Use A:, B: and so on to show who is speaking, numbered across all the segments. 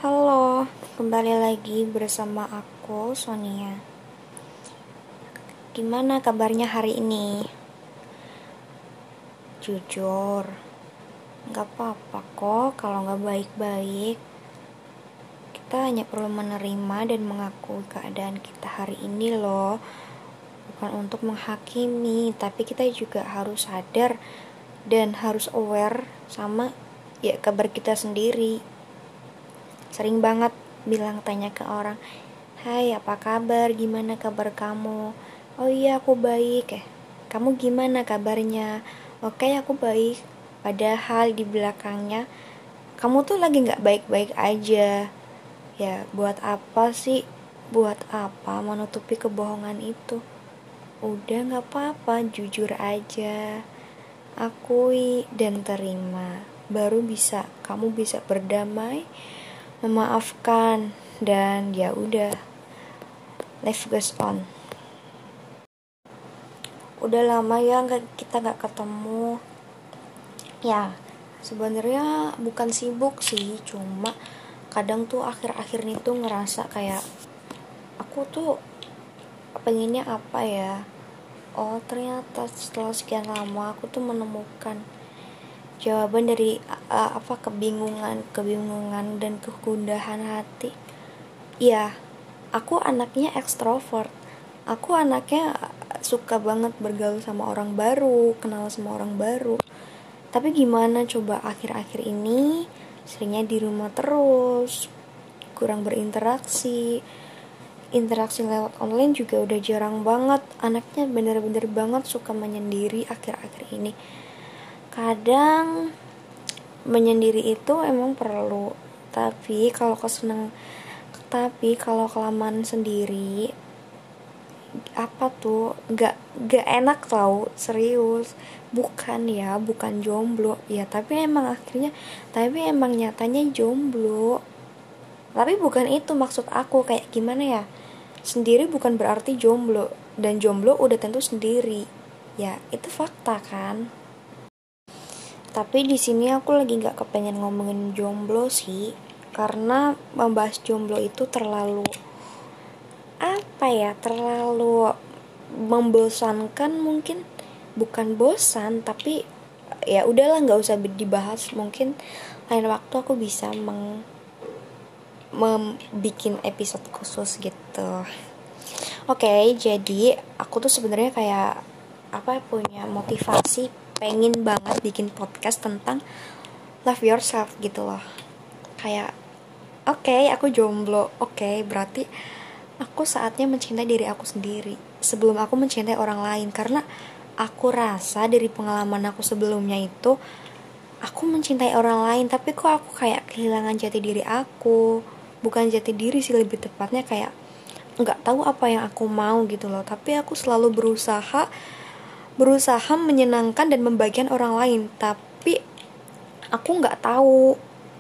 A: Halo, kembali lagi bersama aku, Sonia. Gimana kabarnya hari ini? Jujur, gak apa-apa kok kalau gak baik-baik. Kita hanya perlu menerima dan mengakui keadaan kita hari ini loh. Bukan untuk menghakimi, tapi kita juga harus sadar dan harus aware sama ya kabar kita sendiri. Sering banget bilang tanya ke orang, "Hai, apa kabar? Gimana kabar kamu?" "Oh iya, aku baik." "Kamu gimana kabarnya?" "Oke, aku baik." Padahal di belakangnya kamu tuh lagi gak baik-baik aja. Ya, buat apa sih? Buat apa menutupi kebohongan itu? Udah gak apa-apa, jujur aja. Akui dan terima. Baru kamu bisa berdamai, memaafkan, dan ya udah, life goes on. Udah lama ya kita nggak ketemu. Ya, sebenarnya bukan sibuk sih, cuma kadang tuh akhir-akhir ini tuh ngerasa kayak aku tuh pengennya apa ya. Oh, ternyata setelah sekian lama aku tuh menemukan jawaban dari kebingungan dan kegundahan hati. Iya, aku anaknya ekstrovert. Aku anaknya suka banget bergaul sama orang baru, kenal sama orang baru. Tapi gimana coba akhir-akhir ini seringnya di rumah terus, kurang berinteraksi. Interaksi lewat online juga udah jarang banget. Anaknya bener-bener banget suka menyendiri akhir-akhir ini. Kadang menyendiri itu emang perlu, tapi kalau kelamaan sendiri gak enak tau, serius. Bukan jomblo ya, tapi emang nyatanya jomblo. Tapi bukan itu maksud aku, kayak gimana ya, sendiri bukan berarti jomblo, dan jomblo udah tentu sendiri. Ya, itu fakta kan. Tapi di sini aku lagi nggak kepengen ngomongin jomblo sih, karena membahas jomblo itu terlalu terlalu membosankan mungkin. Bukan bosan, tapi ya udahlah, nggak usah dibahas. Mungkin lain waktu aku bisa bikin episode khusus gitu. Oke, jadi aku tuh sebenarnya kayak punya motivasi pengen banget bikin podcast tentang love yourself gitu loh. Kayak aku jomblo. Berarti aku saatnya mencintai diri aku sendiri sebelum aku mencintai orang lain. Karena aku rasa dari pengalaman aku sebelumnya itu, aku mencintai orang lain, tapi kok aku kayak kehilangan jati diri aku. Bukan jati diri sih, lebih tepatnya kayak gak tahu apa yang aku mau gitu loh. Tapi aku selalu berusaha menyenangkan dan membagikan orang lain, tapi aku nggak tahu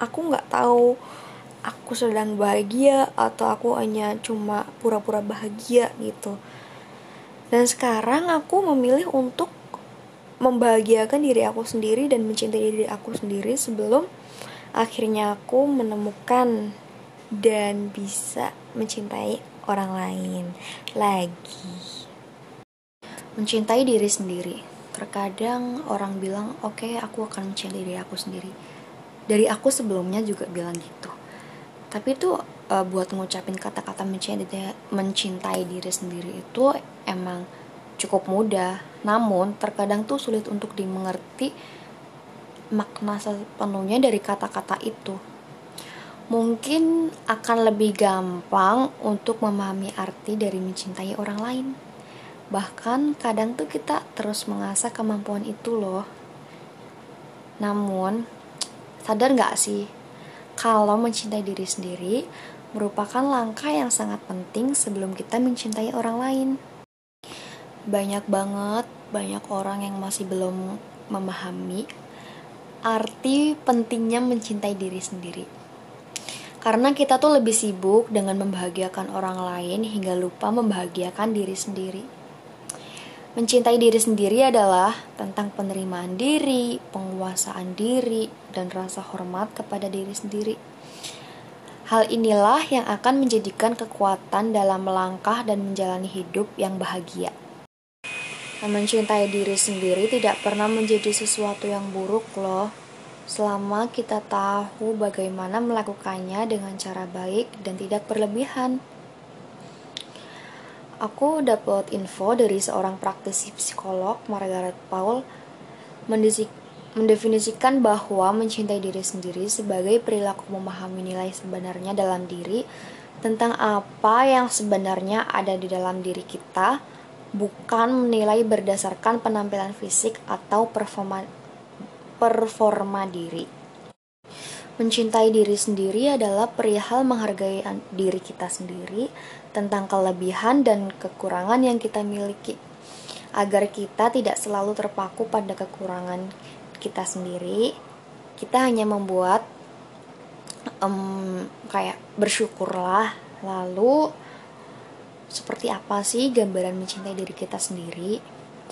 A: aku sedang bahagia atau aku hanya cuma pura-pura bahagia gitu. Dan sekarang aku memilih untuk membahagiakan diri aku sendiri dan mencintai diri aku sendiri sebelum akhirnya aku menemukan dan bisa mencintai orang lain lagi. Mencintai diri sendiri. Terkadang orang bilang, oke, aku akan mencintai diri aku sendiri. Dari aku sebelumnya juga bilang gitu. Tapi itu buat ngucapin kata-kata mencintai diri sendiri itu emang cukup mudah. Namun terkadang tuh sulit untuk dimengerti makna sepenuhnya dari kata-kata itu. Mungkin akan lebih gampang untuk memahami arti dari mencintai orang lain. Bahkan kadang tuh kita terus mengasah kemampuan itu loh. Namun, sadar gak sih, kalau mencintai diri sendiri merupakan langkah yang sangat penting sebelum kita mencintai orang lain. Banyak orang yang masih belum memahami arti pentingnya mencintai diri sendiri. Karena kita tuh lebih sibuk dengan membahagiakan orang lain hingga lupa membahagiakan diri sendiri. Mencintai diri sendiri adalah tentang penerimaan diri, penguasaan diri, dan rasa hormat kepada diri sendiri. Hal inilah yang akan menjadikan kekuatan dalam melangkah dan menjalani hidup yang bahagia. Mencintai diri sendiri tidak pernah menjadi sesuatu yang buruk loh, selama kita tahu bagaimana melakukannya dengan cara baik dan tidak berlebihan. Aku dapat info dari seorang praktisi psikolog, Margaret Paul, mendefinisikan bahwa mencintai diri sendiri sebagai perilaku memahami nilai sebenarnya dalam diri, tentang apa yang sebenarnya ada di dalam diri kita, bukan menilai berdasarkan penampilan fisik atau performa diri. Mencintai diri sendiri adalah perihal menghargai diri kita sendiri tentang kelebihan dan kekurangan yang kita miliki, agar kita tidak selalu terpaku pada kekurangan kita sendiri. Kita hanya membuat kayak bersyukurlah. Lalu seperti apa sih gambaran mencintai diri kita sendiri?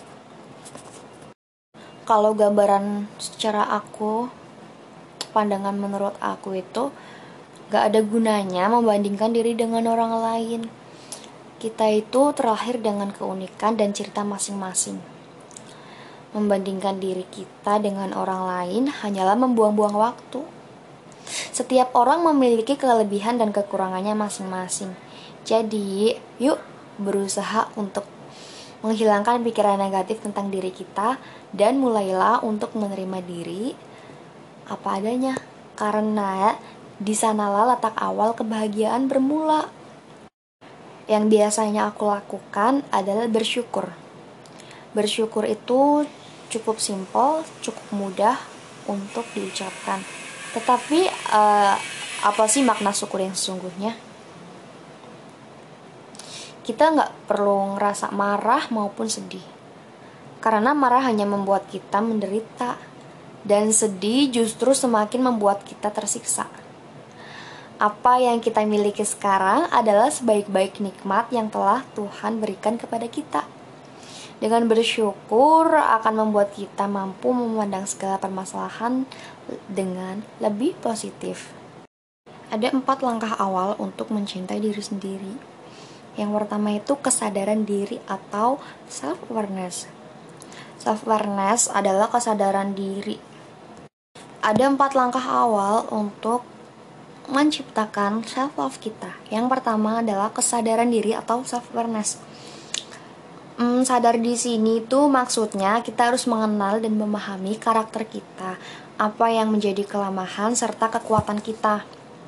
A: Kalau gambaran secara pandangan menurut aku itu gak ada gunanya membandingkan diri dengan orang lain. Kita itu terlahir dengan keunikan dan cerita masing-masing. Membandingkan diri kita dengan orang lain hanyalah membuang-buang waktu. Setiap orang memiliki kelebihan dan kekurangannya masing-masing. Jadi, yuk berusaha untuk menghilangkan pikiran negatif tentang diri kita dan mulailah untuk menerima diri apa adanya, karena di sanalah letak awal kebahagiaan bermula. Yang biasanya aku lakukan adalah bersyukur. Bersyukur itu cukup simpel, cukup mudah untuk diucapkan. Tetapi apa sih makna syukur yang sesungguhnya? Kita nggak perlu ngerasa marah maupun sedih, karena marah hanya membuat kita menderita, dan sedih justru semakin membuat kita tersiksa. Apa yang kita miliki sekarang adalah sebaik-baik nikmat yang telah Tuhan berikan kepada kita. Dengan bersyukur akan membuat kita mampu memandang segala permasalahan dengan lebih positif. Ada 4 langkah awal untuk mencintai diri sendiri. Yang pertama itu kesadaran diri atau self-awareness. Self-awareness adalah kesadaran diri. Ada 4 langkah awal untuk menciptakan self-love kita. Yang pertama adalah kesadaran diri atau self-awareness. Sadar di sini tuh maksudnya kita harus mengenal dan memahami karakter kita, apa yang menjadi kelemahan serta kekuatan kita.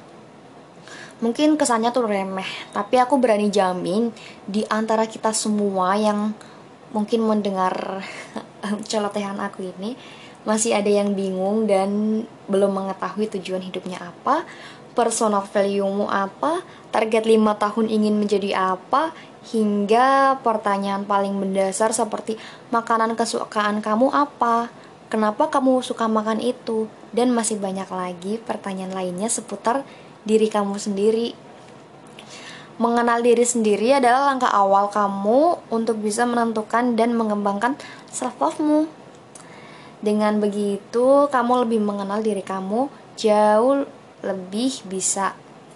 A: Mungkin kesannya tuh remeh, tapi aku berani jamin di antara kita semua yang mungkin mendengar celotehan aku ini masih ada yang bingung dan belum mengetahui tujuan hidupnya apa, personal value-mu apa, target 5 tahun ingin menjadi apa, hingga pertanyaan paling mendasar seperti makanan kesukaan kamu apa, kenapa kamu suka makan itu, dan masih banyak lagi pertanyaan lainnya seputar diri kamu sendiri. Mengenal diri sendiri adalah langkah awal kamu untuk bisa menentukan dan mengembangkan self-love-mu. Dengan begitu, kamu lebih mengenal diri kamu, jauh lebih bisa.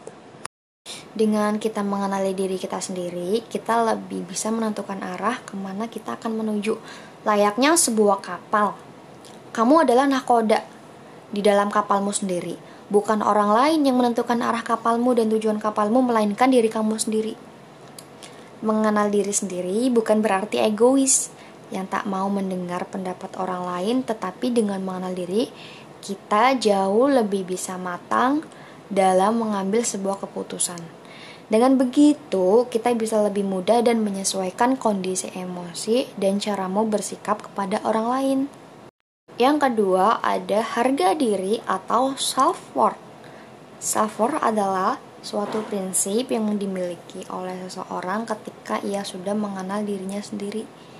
A: Dengan kita mengenali diri kita sendiri, kita lebih bisa menentukan arah kemana kita akan menuju. Layaknya sebuah kapal. Kamu adalah nahkoda di dalam kapalmu sendiri. Bukan orang lain yang menentukan arah kapalmu dan tujuan kapalmu, melainkan diri kamu sendiri. Mengenal diri sendiri bukan berarti egois, yang tak mau mendengar pendapat orang lain, tetapi dengan mengenal diri, kita jauh lebih bisa matang dalam mengambil sebuah keputusan. Dengan begitu, kita bisa lebih mudah dan menyesuaikan kondisi emosi dan caramu bersikap kepada orang lain. Yang kedua, ada harga diri atau self-worth. Self-worth adalah suatu prinsip yang dimiliki oleh seseorang ketika ia sudah mengenal dirinya sendiri.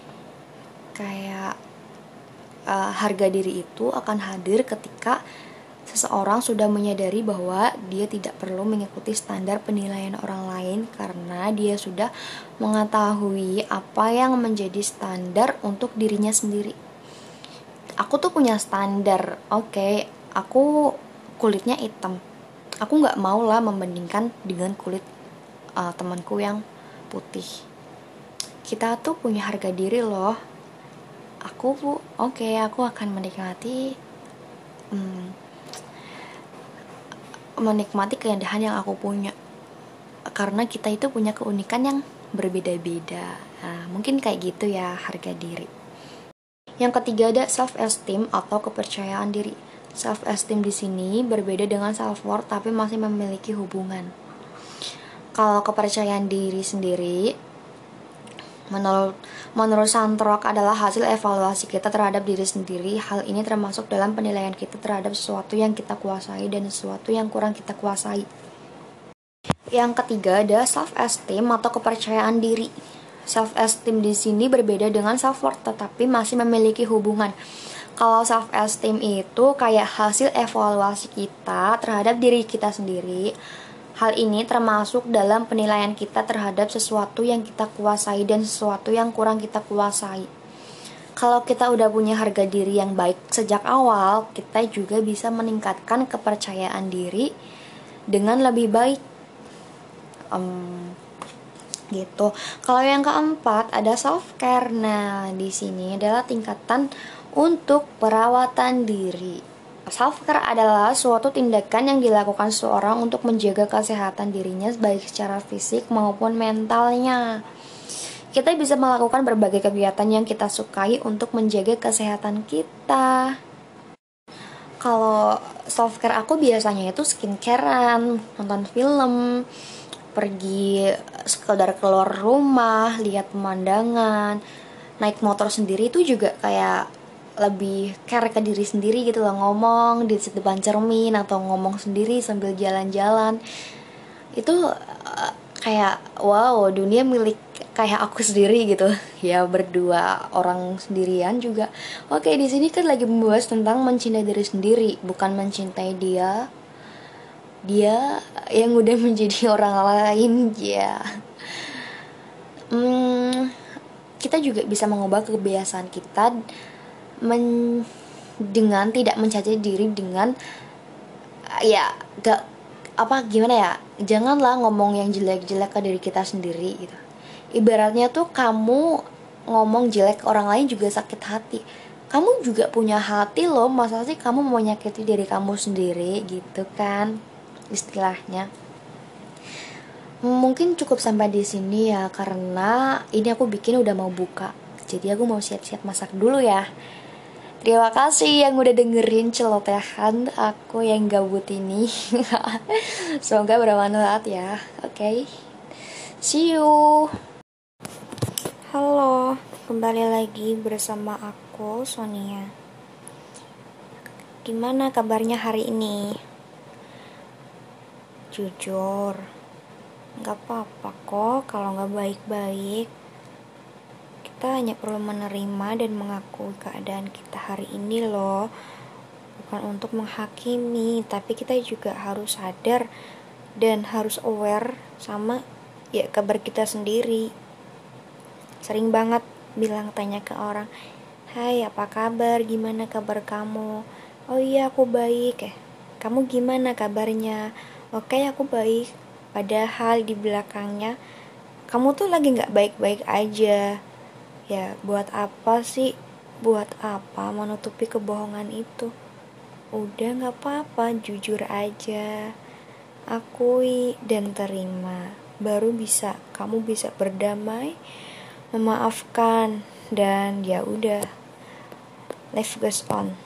A: Kayak harga diri itu akan hadir ketika seseorang sudah menyadari bahwa dia tidak perlu mengikuti standar penilaian orang lain karena dia sudah mengetahui apa yang menjadi standar untuk dirinya sendiri. Aku tuh punya standar, oke, aku kulitnya hitam, Aku nggak mau lah membandingkan dengan kulit temanku yang putih. Kita tuh punya harga diri loh. Aku akan menikmati keindahan yang aku punya, karena kita itu punya keunikan yang berbeda-beda. Nah, mungkin kayak gitu ya harga diri. Yang ketiga ada self esteem atau kepercayaan diri. Self esteem di sini berbeda dengan self worth tapi masih memiliki hubungan. Kalau kepercayaan diri sendiri, menurut Santrok adalah hasil evaluasi kita terhadap diri sendiri. Hal ini termasuk dalam penilaian kita terhadap sesuatu yang kita kuasai dan sesuatu yang kurang kita kuasai. Yang ketiga ada self esteem atau kepercayaan diri. Self esteem di sini berbeda dengan self worth tetapi masih memiliki hubungan. Kalau self esteem itu kayak hasil evaluasi kita terhadap diri kita sendiri. Hal ini termasuk dalam penilaian kita terhadap sesuatu yang kita kuasai dan sesuatu yang kurang kita kuasai. Kalau kita udah punya harga diri yang baik sejak awal, kita juga bisa meningkatkan kepercayaan diri dengan lebih baik. Gitu. Kalau yang keempat ada self care. Nah, di sini adalah tingkatan untuk perawatan diri. Self care adalah suatu tindakan yang dilakukan seseorang untuk menjaga kesehatan dirinya baik secara fisik maupun mentalnya. Kita bisa melakukan berbagai kegiatan yang kita sukai untuk menjaga kesehatan kita. Kalau self care aku biasanya itu skincarean, nonton film, pergi sekedar keluar rumah, lihat pemandangan, naik motor sendiri itu juga kayak lebih care ke diri sendiri gitu loh, ngomong di depan cermin atau ngomong sendiri sambil jalan-jalan. Itu kayak wow, dunia milik kayak aku sendiri gitu. Ya berdua orang sendirian juga. Oke, di sini kan lagi membahas tentang mencintai diri sendiri, bukan mencintai dia yang udah menjadi orang lain ya. Kita juga bisa mengubah kebiasaan kita dengan tidak mencaci diri dengan janganlah ngomong yang jelek-jelek ke diri kita sendiri gitu. Ibaratnya tuh kamu ngomong jelek ke orang lain juga sakit hati. Kamu juga punya hati loh, masa sih kamu mau nyakiti diri kamu sendiri gitu kan istilahnya. Mungkin cukup sampai di sini ya, karena ini aku bikin udah mau buka. Jadi aku mau siap-siap masak dulu ya. Terima kasih yang udah dengerin celotehan aku yang gabut ini. Semoga bermanfaat ya. Oke. See you. Halo, kembali lagi bersama aku Sonia. Gimana kabarnya hari ini? Jujur, gak apa-apa kok kalau gak baik-baik. Kita hanya perlu menerima dan mengakui keadaan kita hari ini loh. Bukan untuk menghakimi, tapi kita juga harus sadar dan harus aware sama ya kabar kita sendiri. Sering banget tanya ke orang, "Hai, apa kabar? Gimana kabar kamu?" "Oh iya, aku baik." "Kamu gimana kabarnya?" "Oke, aku baik." Padahal di belakangnya kamu tuh lagi gak baik-baik aja. Ya, buat apa sih? Buat apa menutupi kebohongan itu? Udah gak apa-apa, jujur aja. Akui dan terima. Baru kamu bisa berdamai, memaafkan, dan ya udah. Life goes on.